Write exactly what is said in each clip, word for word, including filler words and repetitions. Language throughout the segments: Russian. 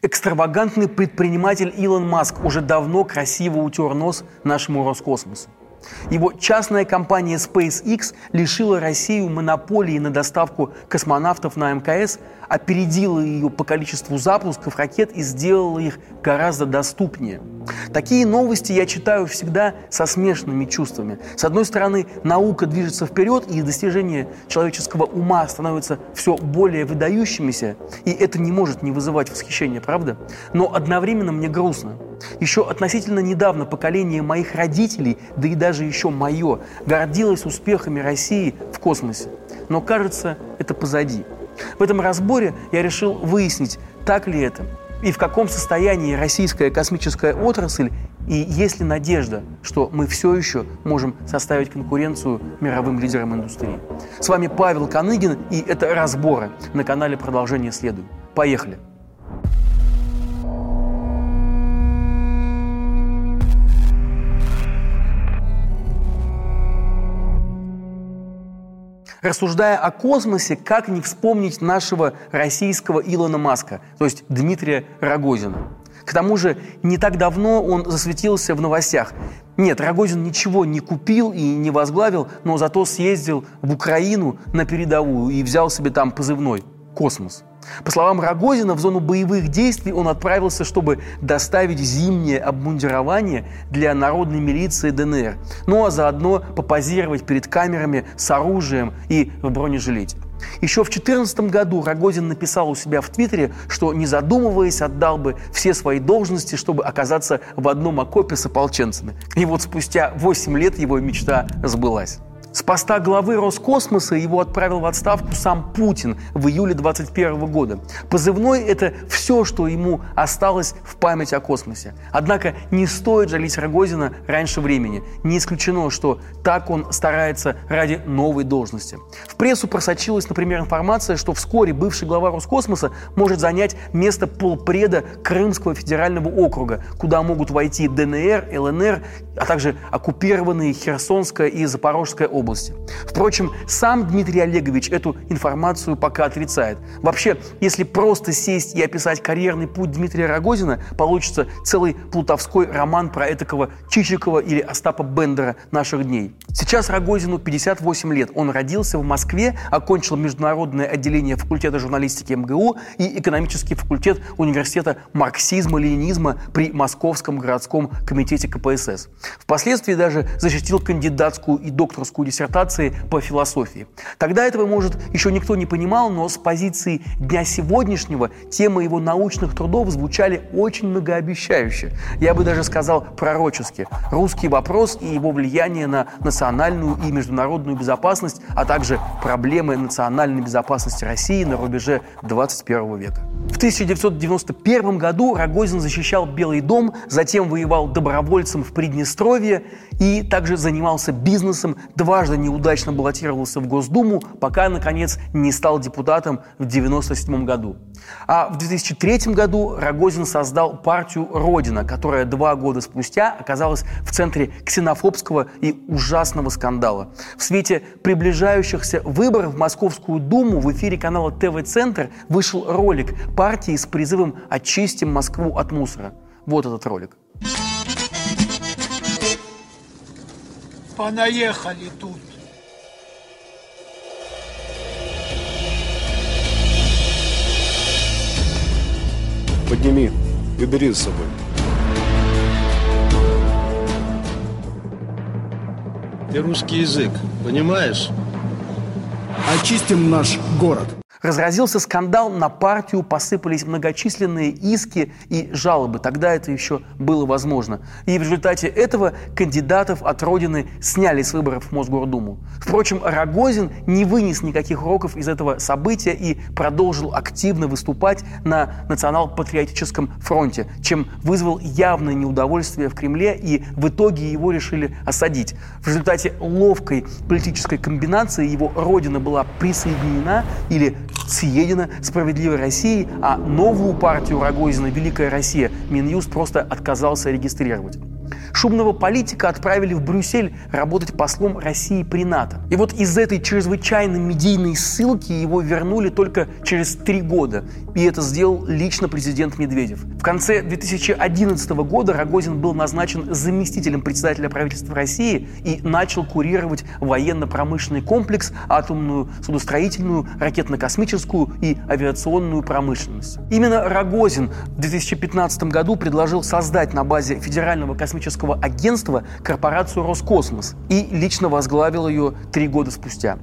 Экстравагантный предприниматель Илон Маск уже давно красиво утер нос нашему Роскосмосу. Его частная компания SpaceX лишила Россию монополии на доставку космонавтов на эм ка эс, опередила ее по количеству запусков ракет и сделала их гораздо доступнее. Такие новости я читаю всегда со смешанными чувствами. С одной стороны, наука движется вперед, и достижения человеческого ума становятся все более выдающимися, и это не может не вызывать восхищения, правда? Но одновременно мне грустно. Еще относительно недавно поколение моих родителей, да и даже еще мое, гордилось успехами России в космосе. Но, кажется, это позади. В этом разборе я решил выяснить, так ли это, и в каком состоянии российская космическая отрасль, и есть ли надежда, что мы все еще можем составить конкуренцию мировым лидерам индустрии. С вами Павел Коныгин, и это «Разборы» на канале «Продолжение следует». Поехали! Рассуждая о космосе, как не вспомнить нашего российского Илона Маска, то есть Дмитрия Рогозина. К тому же, не так давно он засветился в новостях. Нет, Рогозин ничего не купил и не возглавил, но зато съездил в Украину на передовую и взял себе там позывной «Космос». По словам Рогозина, в зону боевых действий он отправился, чтобы доставить зимнее обмундирование для народной милиции дэ эн эр, ну а заодно попозировать перед камерами с оружием и в бронежилете. Еще в две тысячи четырнадцатом году Рогозин написал у себя в Твиттере, что, не задумываясь, отдал бы все свои должности, чтобы оказаться в одном окопе с ополченцами. И вот спустя восемь лет его мечта сбылась. С поста главы Роскосмоса его отправил в отставку сам Путин в июле двадцать первого года. Позывной – это все, что ему осталось в память о космосе. Однако не стоит жалеть Рогозина раньше времени. Не исключено, что так он старается ради новой должности. В прессу просочилась, например, информация, что вскоре бывший глава Роскосмоса может занять место полпреда Крымского федерального округа, куда могут войти дэ эн эр, эл эн эр, а также оккупированные Херсонская и Запорожская области. области. Впрочем, сам Дмитрий Олегович эту информацию пока отрицает. Вообще, если просто сесть и описать карьерный путь Дмитрия Рогозина, получится целый плутовской роман про этакого Чичикова или Остапа Бендера наших дней. Сейчас Рогозину пятьдесят восемь лет. Он родился в Москве, окончил международное отделение факультета журналистики эм гэ у и экономический факультет университета марксизма-ленинизма при Московском городском комитете ка пэ эс эс. Впоследствии даже защитил кандидатскую и докторскую диссертации по философии. Тогда этого, может, еще никто не понимал, но с позиции дня сегодняшнего темы его научных трудов звучали очень многообещающе. Я бы даже сказал пророчески. Русский вопрос и его влияние на национальную и международную безопасность, а также проблемы национальной безопасности России на рубеже двадцать первого века. В тысяча девятьсот девяносто первом году Рогозин защищал Белый дом, затем воевал добровольцем в Приднестровье и также занимался бизнесом, дважды неудачно баллотировался в Госдуму, пока, наконец, не стал депутатом в девяносто седьмом году. А в две тысячи третьем году Рогозин создал партию «Родина», которая два года спустя оказалась в центре ксенофобского и ужасного скандала. В свете приближающихся выборов в Московскую Думу в эфире канала тэ вэ-центр вышел ролик партии с призывом «Очистим Москву от мусора». Вот этот ролик. Понаехали тут. Подними и бери с собой. Ты русский язык, понимаешь? Очистим наш город. Разразился скандал, на партию посыпались многочисленные иски и жалобы. Тогда это еще было возможно. И в результате этого кандидатов от Родины сняли с выборов в Мосгордуму. Впрочем, Рогозин не вынес никаких уроков из этого события и продолжил активно выступать на национал-патриотическом фронте, чем вызвал явное неудовольствие в Кремле, и в итоге его решили осадить. В результате ловкой политической комбинации его Родина была присоединена или съедена «Справедливой Россией», а новую партию Рогозина «Великая Россия» Минюст просто отказался регистрировать. Шумного политика отправили в Брюссель работать послом России при НАТО. И вот из этой чрезвычайно медийной ссылки его вернули только через три года. И это сделал лично президент Медведев. В конце две тысячи одиннадцатого года Рогозин был назначен заместителем председателя правительства России и начал курировать военно-промышленный комплекс, атомную, судостроительную, ракетно-космическую и авиационную промышленность. Именно Рогозин в две тысячи пятнадцатом году предложил создать на базе Федерального космического агентства корпорацию «Роскосмос» и лично возглавил ее три года спустя.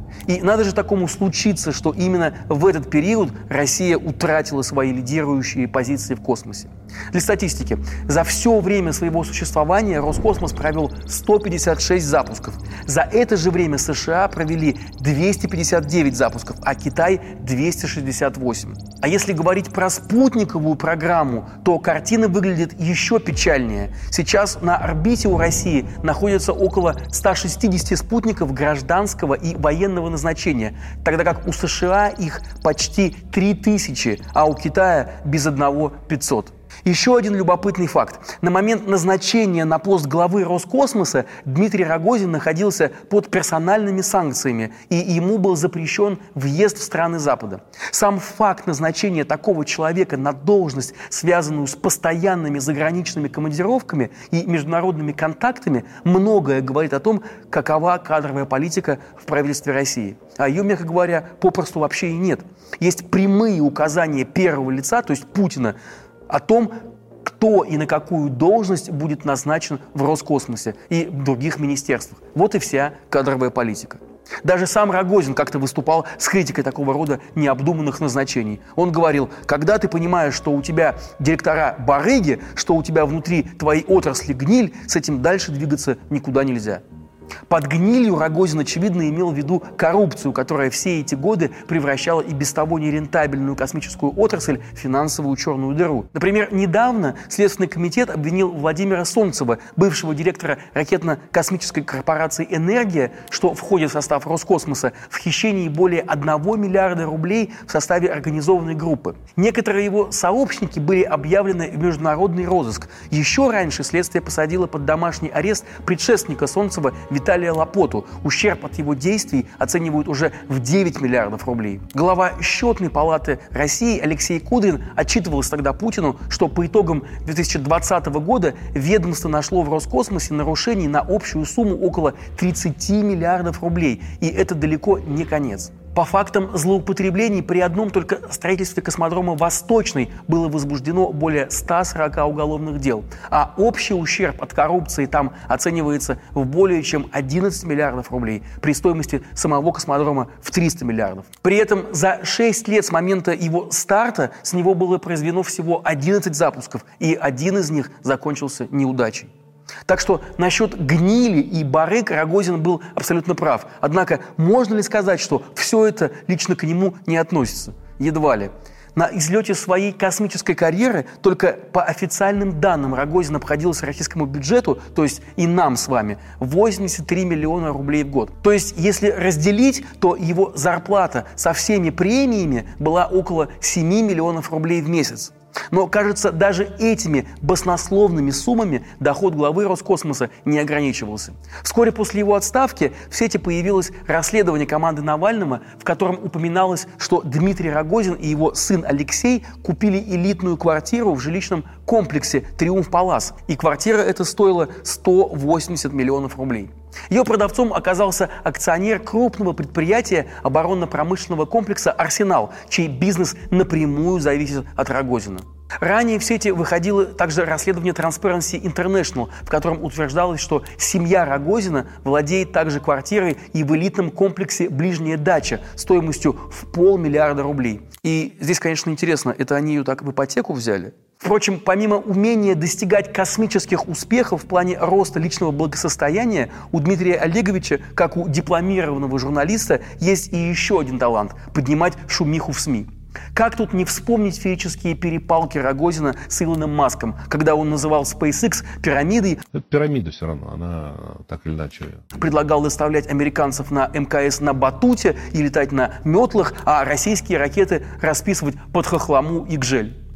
И надо же такому случиться, что именно в этот период Россия утратила свои лидирующие позиции в космосе. Для статистики, за все время своего существования Роскосмос провел сто пятьдесят шесть запусков. За это же время США провели двести пятьдесят девять запусков, а Китай – двести шестьдесят восемь. А если говорить про спутниковую программу, то картина выглядит еще печальнее. Сейчас на орбите у России находится около ста шестидесяти спутников гражданского и военного назначения, тогда как у США их почти три тысячи, а у Китая без одного пятьсот. Еще один любопытный факт. На момент назначения на пост главы Роскосмоса Дмитрий Рогозин находился под персональными санкциями, и ему был запрещен въезд в страны Запада. Сам факт назначения такого человека на должность, связанную с постоянными заграничными командировками и международными контактами, многое говорит о том, какова кадровая политика в правительстве России. А ее, мягко говоря, попросту вообще и нет. Есть прямые указания первого лица, то есть Путина, о том, кто и на какую должность будет назначен в Роскосмосе и в других министерствах. Вот и вся кадровая политика. Даже сам Рогозин как-то выступал с критикой такого рода необдуманных назначений. Он говорил: когда ты понимаешь, что у тебя директора барыги, что у тебя внутри твоей отрасли гниль, с этим дальше двигаться никуда нельзя. Под гнилью Рогозин, очевидно, имел в виду коррупцию, которая все эти годы превращала и без того нерентабельную космическую отрасль в финансовую черную дыру. Например, недавно Следственный комитет обвинил Владимира Солнцева, бывшего директора ракетно-космической корпорации «Энергия», что входит в состав Роскосмоса, в хищении более одного миллиарда рублей в составе организованной группы. Некоторые его сообщники были объявлены в международный розыск. Еще раньше следствие посадило под домашний арест предшественника Солнцева Виталия Лапоту. Ущерб от его действий оценивают уже в девять миллиардов рублей. Глава Счетной палаты России Алексей Кудрин отчитывался тогда Путину, что по итогам две тысячи двадцатого года ведомство нашло в Роскосмосе нарушений на общую сумму около тридцати миллиардов рублей. И это далеко не конец. По фактам злоупотреблений при одном только строительстве космодрома «Восточный» было возбуждено более ста сорока уголовных дел, а общий ущерб от коррупции там оценивается в более чем одиннадцать миллиардов рублей при стоимости самого космодрома в триста миллиардов. При этом за шесть лет с момента его старта с него было произведено всего одиннадцать запусков, и один из них закончился неудачей. Так что насчет гнили и барыг Рогозин был абсолютно прав. Однако можно ли сказать, что все это лично к нему не относится? Едва ли. На излете своей космической карьеры только по официальным данным Рогозин обходился российскому бюджету, то есть и нам с вами, восемьдесят три миллиона рублей в год. То есть если разделить, то его зарплата со всеми премиями была около семи миллионов рублей в месяц. Но, кажется, даже этими баснословными суммами доход главы Роскосмоса не ограничивался. Вскоре после его отставки в сети появилось расследование команды Навального, в котором упоминалось, что Дмитрий Рогозин и его сын Алексей купили элитную квартиру в жилищном комплексе «Триумф Палас». И квартира эта стоила сто восемьдесят миллионов рублей. Ее продавцом оказался акционер крупного предприятия оборонно-промышленного комплекса «Арсенал», чей бизнес напрямую зависит от Рогозина. Ранее в сети выходило также расследование Transparency International, в котором утверждалось, что семья Рогозина владеет также квартирой и в элитном комплексе «Ближняя дача» стоимостью в полмиллиарда рублей. И здесь, конечно, интересно, это они ее так в ипотеку взяли? Впрочем, помимо умения достигать космических успехов в плане роста личного благосостояния, у Дмитрия Олеговича, как у дипломированного журналиста, есть и еще один талант – поднимать шумиху в СМИ. Как тут не вспомнить феерические перепалки Рогозина с Илоном Маском, когда он называл SpaceX пирамидой. Это пирамида все равно, она так или иначе. Предлагал доставлять американцев на эм ка эс на батуте и летать на метлах, а российские ракеты расписывать под хохлому и гжель.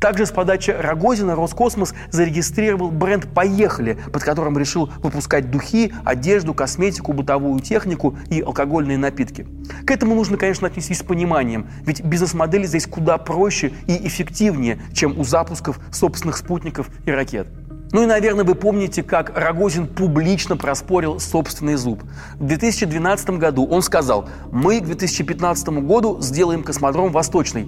Также с подачи Рогозина Роскосмос зарегистрировал бренд «Поехали», под которым решил выпускать духи, одежду, косметику, бытовую технику и алкогольные напитки. К этому нужно, конечно, отнестись с пониманием, ведь бизнес-модель здесь куда проще и эффективнее, чем у запусков собственных спутников и ракет. Ну и, наверное, вы помните, как Рогозин публично проспорил собственный зуб. В две тысячи двенадцатом году он сказал: «Мы к две тысячи пятнадцатому году сделаем космодром Восточный».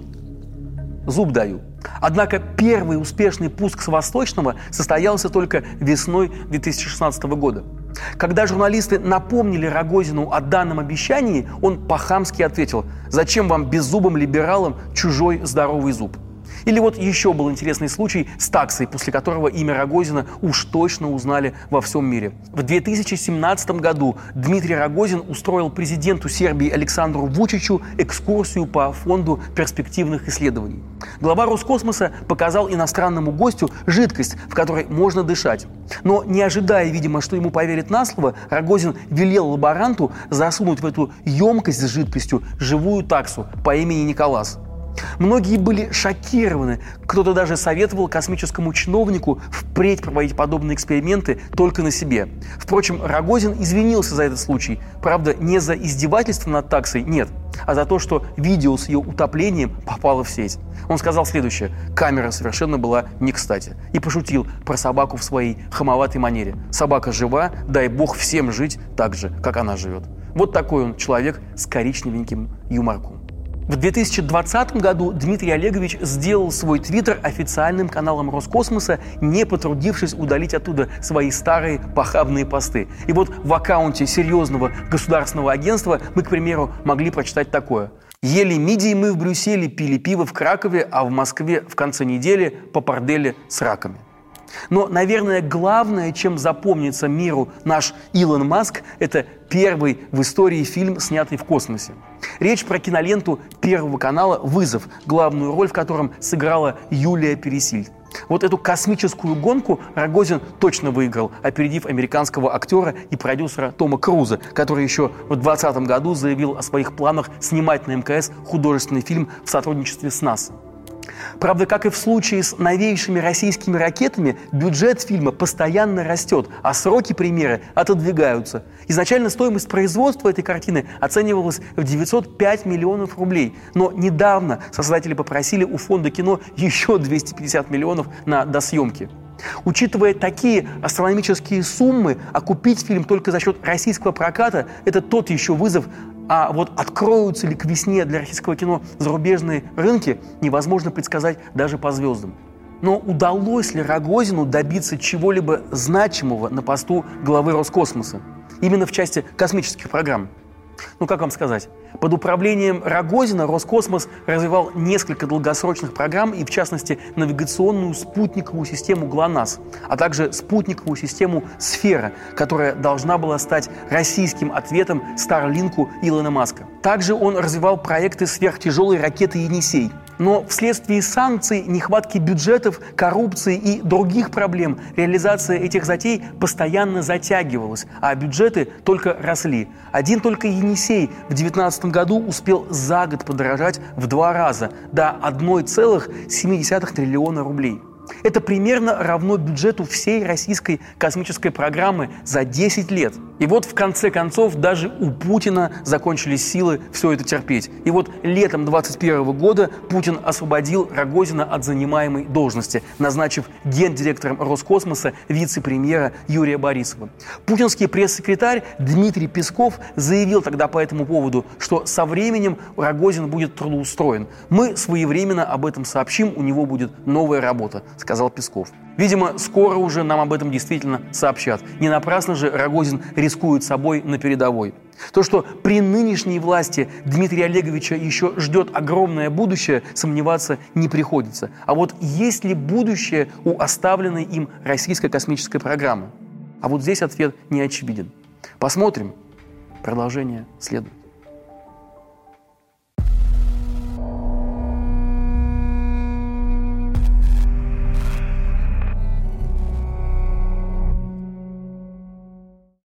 Зуб даю. Однако первый успешный пуск с Восточного состоялся только весной две тысячи шестнадцатого года. Когда журналисты напомнили Рогозину о данном обещании, он по-хамски ответил: «Зачем вам беззубым либералам чужой здоровый зуб?» Или вот еще был интересный случай с таксой, после которого имя Рогозина уж точно узнали во всем мире. В две тысячи семнадцатом году Дмитрий Рогозин устроил президенту Сербии Александру Вучичу экскурсию по фонду перспективных исследований. Глава Роскосмоса показал иностранному гостю жидкость, в которой можно дышать. Но не ожидая, видимо, что ему поверят на слово, Рогозин велел лаборанту засунуть в эту емкость с жидкостью живую таксу по имени Николас. Многие были шокированы, кто-то даже советовал космическому чиновнику впредь проводить подобные эксперименты только на себе. Впрочем, Рогозин извинился за этот случай, правда, не за издевательство над таксой, нет, а за то, что видео с ее утоплением попало в сеть. Он сказал следующее: камера совершенно была не кстати, и пошутил про собаку в своей хамоватой манере. Собака жива, дай бог всем жить так же, как она живет. Вот такой он человек с коричневеньким юморком. В две тысячи двадцатом году Дмитрий Олегович сделал свой твиттер официальным каналом Роскосмоса, не потрудившись удалить оттуда свои старые похабные посты. И вот в аккаунте серьезного государственного агентства мы, к примеру, могли прочитать такое: «Ели мидии мы в Брюсселе, пили пиво в Кракове, а в Москве в конце недели попордели с раками». Но, наверное, главное, чем запомнится миру наш Илон Маск, это первый в истории фильм, снятый в космосе. Речь про киноленту Первого канала «Вызов», главную роль в котором сыграла Юлия Пересильд. Вот эту космическую гонку Рогозин точно выиграл, опередив американского актера и продюсера Тома Круза, который еще в двадцатом году заявил о своих планах снимать на эм ка эс художественный фильм в сотрудничестве с НАСА. Правда, как и в случае с новейшими российскими ракетами, бюджет фильма постоянно растет, а сроки премьеры отодвигаются. Изначально стоимость производства этой картины оценивалась в девятьсот пять миллионов рублей, но недавно создатели попросили у фонда кино еще двести пятьдесят миллионов на досъемки. Учитывая такие астрономические суммы, окупить фильм только за счет российского проката – это тот еще вызов. А вот откроются ли к весне для российского кино зарубежные рынки, невозможно предсказать даже по звездам. Но удалось ли Рогозину добиться чего-либо значимого на посту главы Роскосмоса? Именно в части космических программ. Ну, как вам сказать? Под управлением Рогозина Роскосмос развивал несколько долгосрочных программ и, в частности, навигационную спутниковую систему ГЛОНАСС, а также спутниковую систему «Сфера», которая должна была стать российским ответом Старлинку Илона Маска. Также он развивал проекты сверхтяжелой ракеты «Енисей». Но вследствие санкций, нехватки бюджетов, коррупции и других проблем реализация этих затей постоянно затягивалась, а бюджеты только росли. Один только «Енисей» в две тысячи девятнадцатом году успел за год подорожать в два раза, до одного целых семи десятых триллиона рублей. Это примерно равно бюджету всей российской космической программы за десять лет. И вот в конце концов даже у Путина закончились силы все это терпеть. И вот летом двадцать первого года Путин освободил Рогозина от занимаемой должности, назначив гендиректором Роскосмоса вице-премьера Юрия Борисова. Путинский пресс-секретарь Дмитрий Песков заявил тогда по этому поводу, что со временем Рогозин будет трудоустроен. Мы своевременно об этом сообщим, у него будет новая работа, сказал Песков. Видимо, скоро уже нам об этом действительно сообщат. Не напрасно же Рогозин рискует собой на передовой. То, что при нынешней власти Дмитрия Олеговича еще ждет огромное будущее, сомневаться не приходится. А вот есть ли будущее у оставленной им российской космической программы? А вот здесь ответ не очевиден. Посмотрим. Продолжение следует.